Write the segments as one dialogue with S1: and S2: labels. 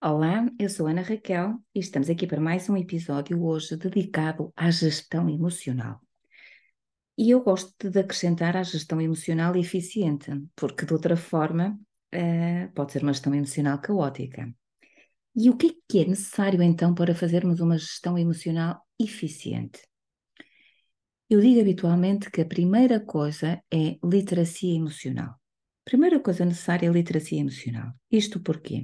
S1: Olá, eu sou Ana Raquel e estamos aqui para mais um episódio hoje dedicado à gestão emocional. E eu gosto de acrescentar à gestão emocional eficiente, porque de outra forma pode ser uma gestão emocional caótica. E o que é necessário então para fazermos uma gestão emocional eficiente? Eu digo habitualmente que a primeira coisa é literacia emocional. A primeira coisa necessária é literacia emocional. Isto porquê?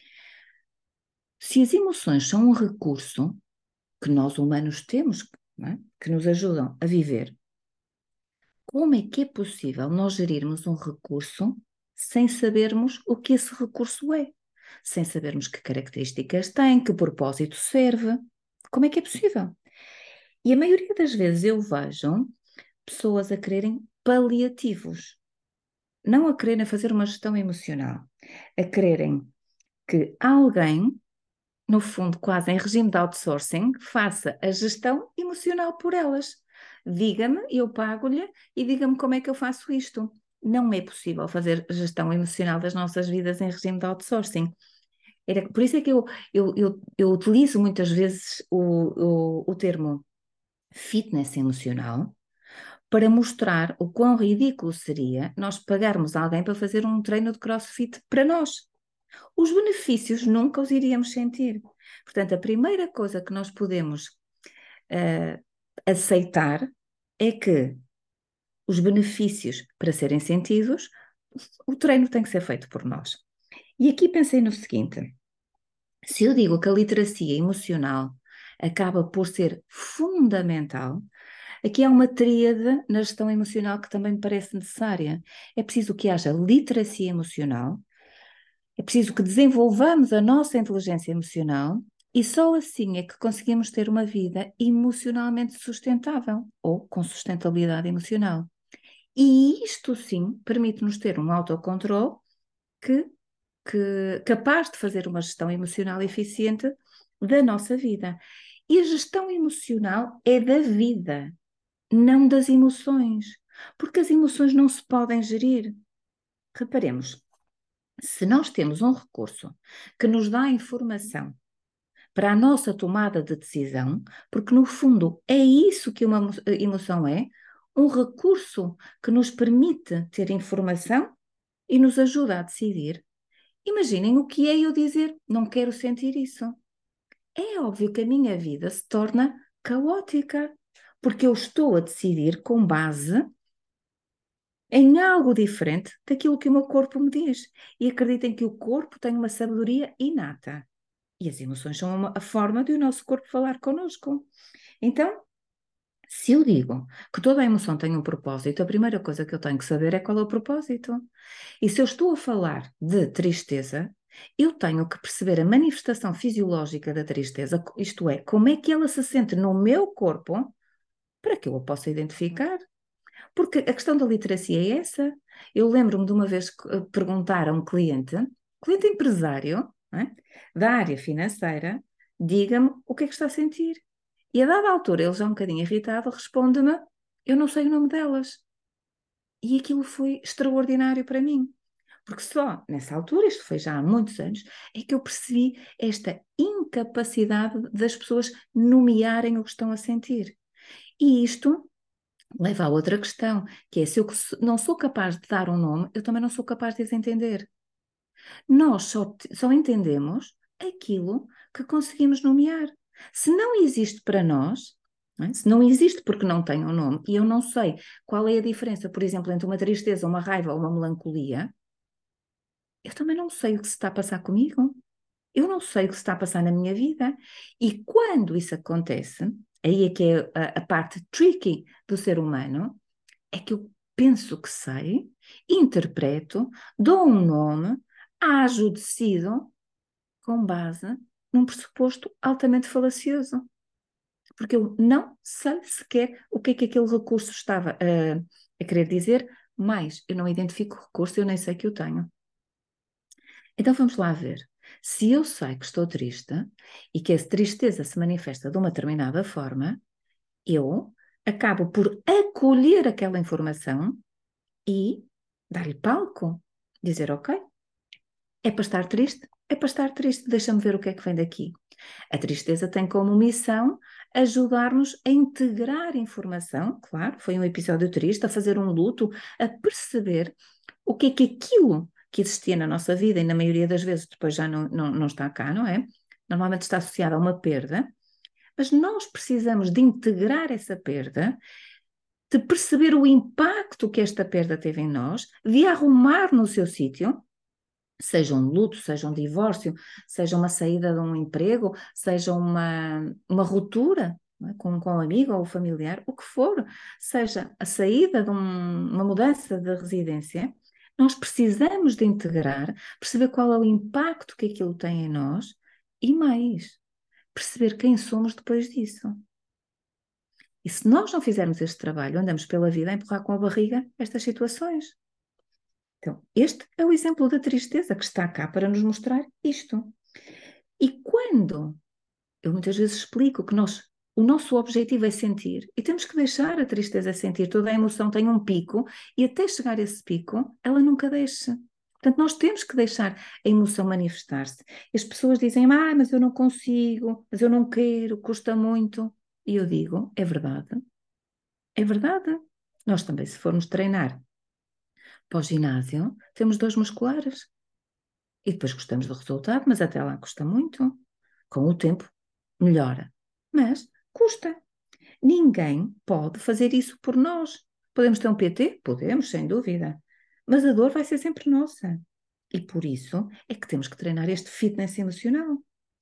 S1: Se as emoções são um recurso que nós humanos temos, não é? Que nos ajudam a viver. Como é que é possível nós gerirmos um recurso sem sabermos o que esse recurso é? Sem sabermos que características tem, que propósito serve? Como é que é possível? E a maioria das vezes eu vejo pessoas a quererem paliativos, não a quererem fazer uma gestão emocional, a quererem que alguém, no fundo, quase em regime de outsourcing, faça a gestão emocional por elas. Diga-me, eu pago-lhe e diga-me como é que eu faço isto. Não é possível fazer gestão emocional das nossas vidas em regime de outsourcing. Por isso é que eu utilizo muitas vezes o termo fitness emocional para mostrar o quão ridículo seria nós pagarmos alguém para fazer um treino de CrossFit para nós. Os benefícios nunca os iríamos sentir. Portanto, a primeira coisa que nós podemos aceitar é que os benefícios, para serem sentidos, o treino tem que ser feito por nós. E aqui pensei no seguinte: se eu digo que a literacia emocional acaba por ser fundamental, aqui há uma tríade na gestão emocional que também me parece necessária. É preciso que haja literacia emocional. É preciso que desenvolvamos a nossa inteligência emocional e só assim é que conseguimos ter uma vida emocionalmente sustentável ou com sustentabilidade emocional. E isto sim permite-nos ter um autocontrole que, capaz de fazer uma gestão emocional eficiente da nossa vida. E a gestão emocional é da vida, não das emoções, porque as emoções não se podem gerir. Reparemos, se nós temos um recurso que nos dá informação para a nossa tomada de decisão, porque no fundo é isso que uma emoção é, um recurso que nos permite ter informação e nos ajuda a decidir. Imaginem o que é eu dizer, não quero sentir isso. É óbvio que a minha vida se torna caótica, porque eu estou a decidir com base em algo diferente daquilo que o meu corpo me diz. E acreditem que o corpo tem uma sabedoria inata. E as emoções são a forma de o nosso corpo falar connosco. Então, se eu digo que toda a emoção tem um propósito, a primeira coisa que eu tenho que saber é qual é o propósito. E se eu estou a falar de tristeza, eu tenho que perceber a manifestação fisiológica da tristeza, isto é, como é que ela se sente no meu corpo, para que eu a possa identificar. Porque a questão da literacia é essa. Eu lembro-me de uma vez perguntar a um cliente empresário, não é, da área financeira, diga-me o que é que está a sentir. E a dada altura, ele já um bocadinho irritado, responde-me: eu não sei o nome delas. E aquilo foi extraordinário para mim. Porque só nessa altura, isto foi já há muitos anos, é que eu percebi esta incapacidade das pessoas nomearem o que estão a sentir. E isto leva a outra questão, que é se eu não sou capaz de dar um nome, eu também não sou capaz de as entender. Nós só entendemos aquilo que conseguimos nomear. Se não existe para nós, não é? Se não existe porque não tem um nome, e eu não sei qual é a diferença, por exemplo, entre uma tristeza, uma raiva ou uma melancolia, eu também não sei o que se está a passar comigo. Eu não sei o que se está a passar na minha vida. E quando isso acontece, aí é que é a parte tricky do ser humano, é que eu penso que sei, interpreto, dou um nome, ajo, decido com base num pressuposto altamente falacioso. Porque eu não sei sequer o que é que aquele recurso estava a querer dizer, mas eu não identifico o recurso, eu nem sei que o tenho. Então vamos lá ver. Se eu sei que estou triste e que essa tristeza se manifesta de uma determinada forma, eu acabo por acolher aquela informação e dar-lhe palco. Dizer, ok, É para estar triste? É para estar triste. Deixa-me ver o que é que vem daqui. A tristeza tem como missão ajudar-nos a integrar informação, claro, foi um episódio triste, a fazer um luto, a perceber o que é que aquilo que existia na nossa vida, e na maioria das vezes depois já não está cá, não é? Normalmente está associado a uma perda, mas nós precisamos de integrar essa perda, de perceber o impacto que esta perda teve em nós, de arrumar no seu sítio, seja um luto, seja um divórcio, seja uma saída de um emprego, seja uma ruptura, não é? com um amigo ou familiar, o que for, seja a saída de uma mudança de residência, nós precisamos de integrar, perceber qual é o impacto que aquilo tem em nós e mais, perceber quem somos depois disso. E se nós não fizermos este trabalho, andamos pela vida a empurrar com a barriga estas situações. Então, este é o exemplo da tristeza que está cá para nos mostrar isto. E quando eu muitas vezes explico que o nosso objetivo é sentir, e temos que deixar a tristeza sentir, toda a emoção tem um pico, e até chegar a esse pico, ela nunca deixa. Portanto, nós temos que deixar a emoção manifestar-se. E as pessoas dizem, mas eu não consigo, mas eu não quero, custa muito. E eu digo, é verdade. É verdade. Nós também, se formos treinar para o ginásio, temos dores musculares. E depois gostamos do resultado, mas até lá custa muito. Com o tempo, melhora. Mas custa. Ninguém pode fazer isso por nós. Podemos ter um PT? Podemos, sem dúvida. Mas a dor vai ser sempre nossa. E por isso é que temos que treinar este fitness emocional.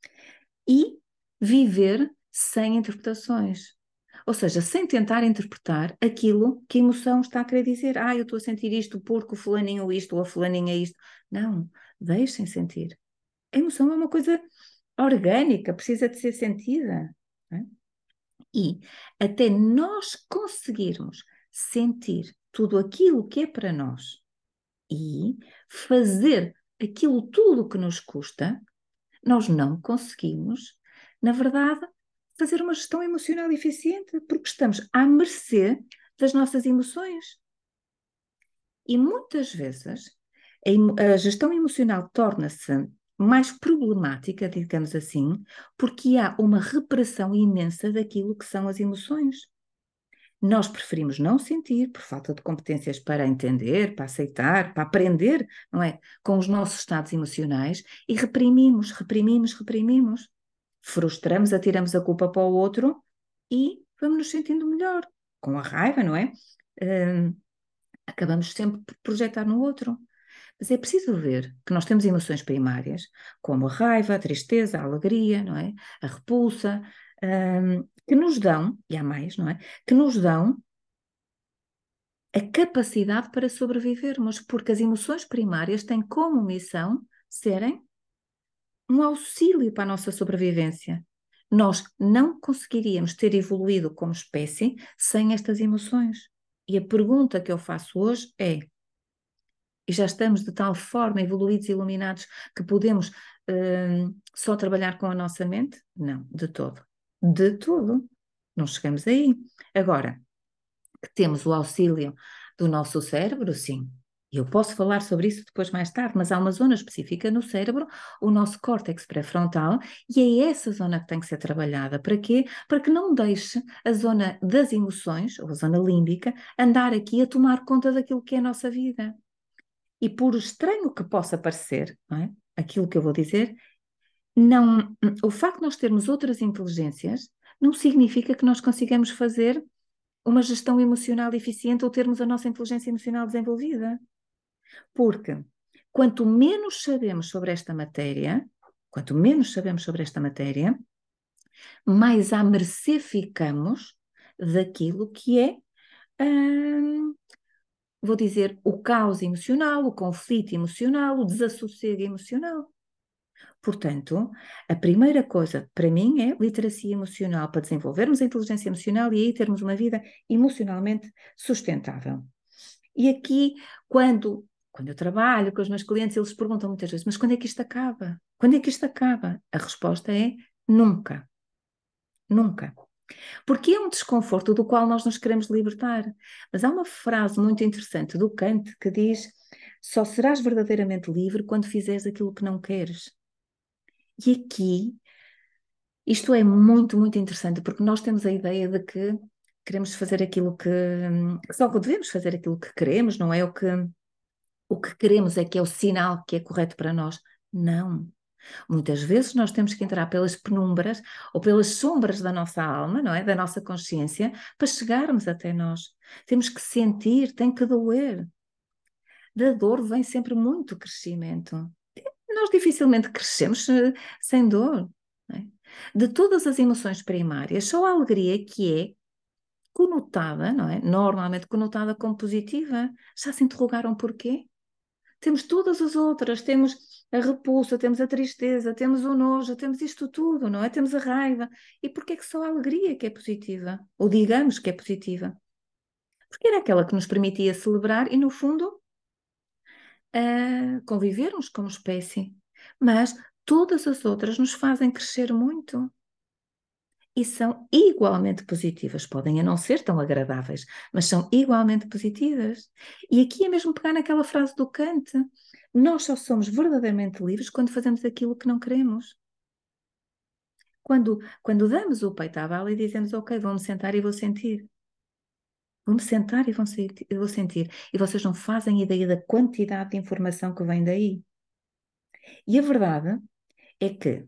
S1: E viver sem interpretações. Ou seja, sem tentar interpretar aquilo que a emoção está a querer dizer. Eu estou a sentir isto porque o fulaninho isto ou a fulaninha isto. Não, deixem sentir. A emoção é uma coisa orgânica, precisa de ser sentida. Não é? E até nós conseguirmos sentir tudo aquilo que é para nós e fazer aquilo tudo que nos custa, nós não conseguimos, na verdade, fazer uma gestão emocional eficiente, porque estamos à mercê das nossas emoções. E muitas vezes a gestão emocional torna-se mais problemática, digamos assim, porque há uma repressão imensa daquilo que são as emoções. Nós preferimos não sentir por falta de competências para entender, para aceitar, para aprender, não é? Com os nossos estados emocionais e reprimimos, reprimimos, reprimimos. Frustramos, atiramos a culpa para o outro e vamos nos sentindo melhor. Com a raiva, não é? Acabamos sempre por projetar no outro. Mas é preciso ver que nós temos emoções primárias, como a raiva, a tristeza, a alegria, não é? A repulsa, que nos dão, e há mais, não é? Que nos dão a capacidade para sobrevivermos, porque as emoções primárias têm como missão serem um auxílio para a nossa sobrevivência. Nós não conseguiríamos ter evoluído como espécie sem estas emoções. E a pergunta que eu faço hoje é: e já estamos de tal forma evoluídos e iluminados que podemos só trabalhar com a nossa mente? Não, de todo. De todo. Não chegamos aí. Agora, que temos o auxílio do nosso cérebro, sim. Eu posso falar sobre isso depois mais tarde, mas há uma zona específica no cérebro, o nosso córtex pré-frontal, e é essa zona que tem que ser trabalhada. Para quê? Para que não deixe a zona das emoções, ou a zona límbica, andar aqui a tomar conta daquilo que é a nossa vida. E por estranho que possa parecer, não é? Aquilo que eu vou dizer, não, o facto de nós termos outras inteligências não significa que nós consigamos fazer uma gestão emocional eficiente ou termos a nossa inteligência emocional desenvolvida. Porque quanto menos sabemos sobre esta matéria, mais à mercê ficamos daquilo que é, vou dizer, o caos emocional, o conflito emocional, o desassossego emocional. Portanto, a primeira coisa para mim é literacia emocional, para desenvolvermos a inteligência emocional e aí termos uma vida emocionalmente sustentável. E aqui, quando eu trabalho com os meus clientes, eles perguntam muitas vezes, mas quando é que isto acaba? Quando é que isto acaba? A resposta é nunca. Nunca. Porque é um desconforto do qual nós nos queremos libertar. Mas há uma frase muito interessante do Kant que diz: Só serás verdadeiramente livre quando fizeres aquilo que não queres. E aqui, isto é muito, muito interessante, porque nós temos a ideia de que queremos fazer aquilo que... Só que devemos fazer aquilo que queremos, não é o que queremos é que é o sinal que é correto para nós. Não. Muitas vezes nós temos que entrar pelas penumbras ou pelas sombras da nossa alma, não é? Da nossa consciência, para chegarmos até nós. Temos que sentir, tem que doer. Da dor vem sempre muito crescimento. Nós dificilmente crescemos sem dor. Não é? De todas as emoções primárias, só a alegria que é conotada, não é? Normalmente conotada como positiva. Já se interrogaram porquê? Temos todas as outras, temos a repulsa, temos a tristeza, temos o nojo, temos isto tudo, não é? Temos a raiva. E porquê é que só a alegria que é positiva? Ou digamos que é positiva? Porque era aquela que nos permitia celebrar e, no fundo, convivermos como espécie. Mas todas as outras nos fazem crescer muito. E são igualmente positivas. Podem a não ser tão agradáveis, mas são igualmente positivas. E aqui é mesmo pegar naquela frase do Kant: nós só somos verdadeiramente livres quando fazemos aquilo que não queremos. Quando damos o peito à bala e dizemos, ok, vou-me sentar e vou sentir. Vou-me sentar e vou sentir. E vocês não fazem ideia da quantidade de informação que vem daí. E a verdade é que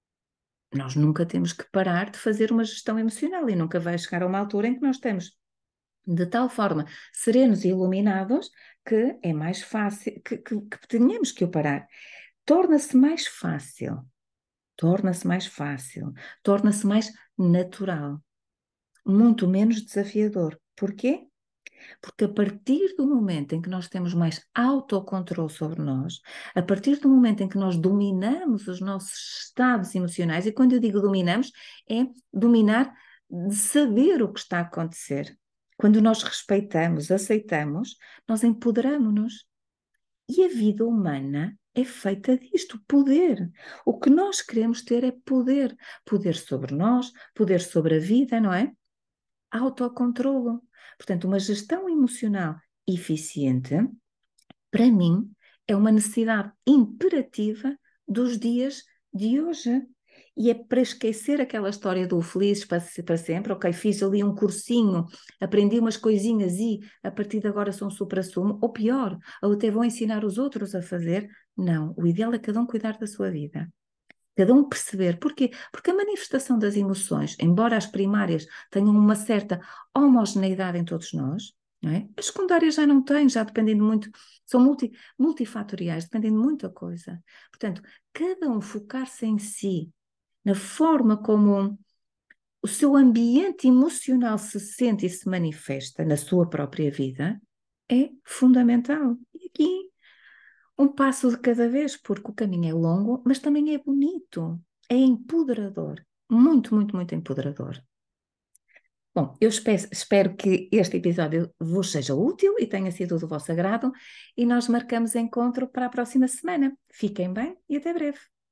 S1: nós nunca temos que parar de fazer uma gestão emocional e nunca vai chegar a uma altura em que nós estamos de tal forma serenos e iluminados que é mais fácil, que tenhamos que o parar. Torna-se mais fácil, torna-se mais fácil, torna-se mais natural, muito menos desafiador. Porquê? Porque a partir do momento em que nós temos mais autocontrole sobre nós, a partir do momento em que nós dominamos os nossos estados emocionais, e quando eu digo dominamos, é dominar de saber o que está a acontecer. Quando nós respeitamos, aceitamos, nós empoderamos-nos. E a vida humana é feita disto, poder. O que nós queremos ter é poder. Poder sobre nós, poder sobre a vida, não é? Autocontrolo. Portanto, uma gestão emocional eficiente, para mim, é uma necessidade imperativa dos dias de hoje. E é para esquecer aquela história do felizes para sempre, ok, fiz ali um cursinho, aprendi umas coisinhas e a partir de agora sou um supra-sumo, ou pior, ou até vou ensinar os outros a fazer. Não, o ideal é cada um cuidar da sua vida. Cada um perceber. Porquê? Porque a manifestação das emoções, embora as primárias tenham uma certa homogeneidade em todos nós, não é? As secundárias já não têm, já dependem de muito, são multifatoriais, dependem de muita coisa. Portanto, cada um focar-se em si, na forma como o seu ambiente emocional se sente e se manifesta na sua própria vida, é fundamental. E aqui um passo de cada vez, porque o caminho é longo, mas também é bonito, é empoderador, muito, muito, muito empoderador. Bom, eu espero que este episódio vos seja útil e tenha sido do vosso agrado e nós marcamos encontro para a próxima semana. Fiquem bem e até breve.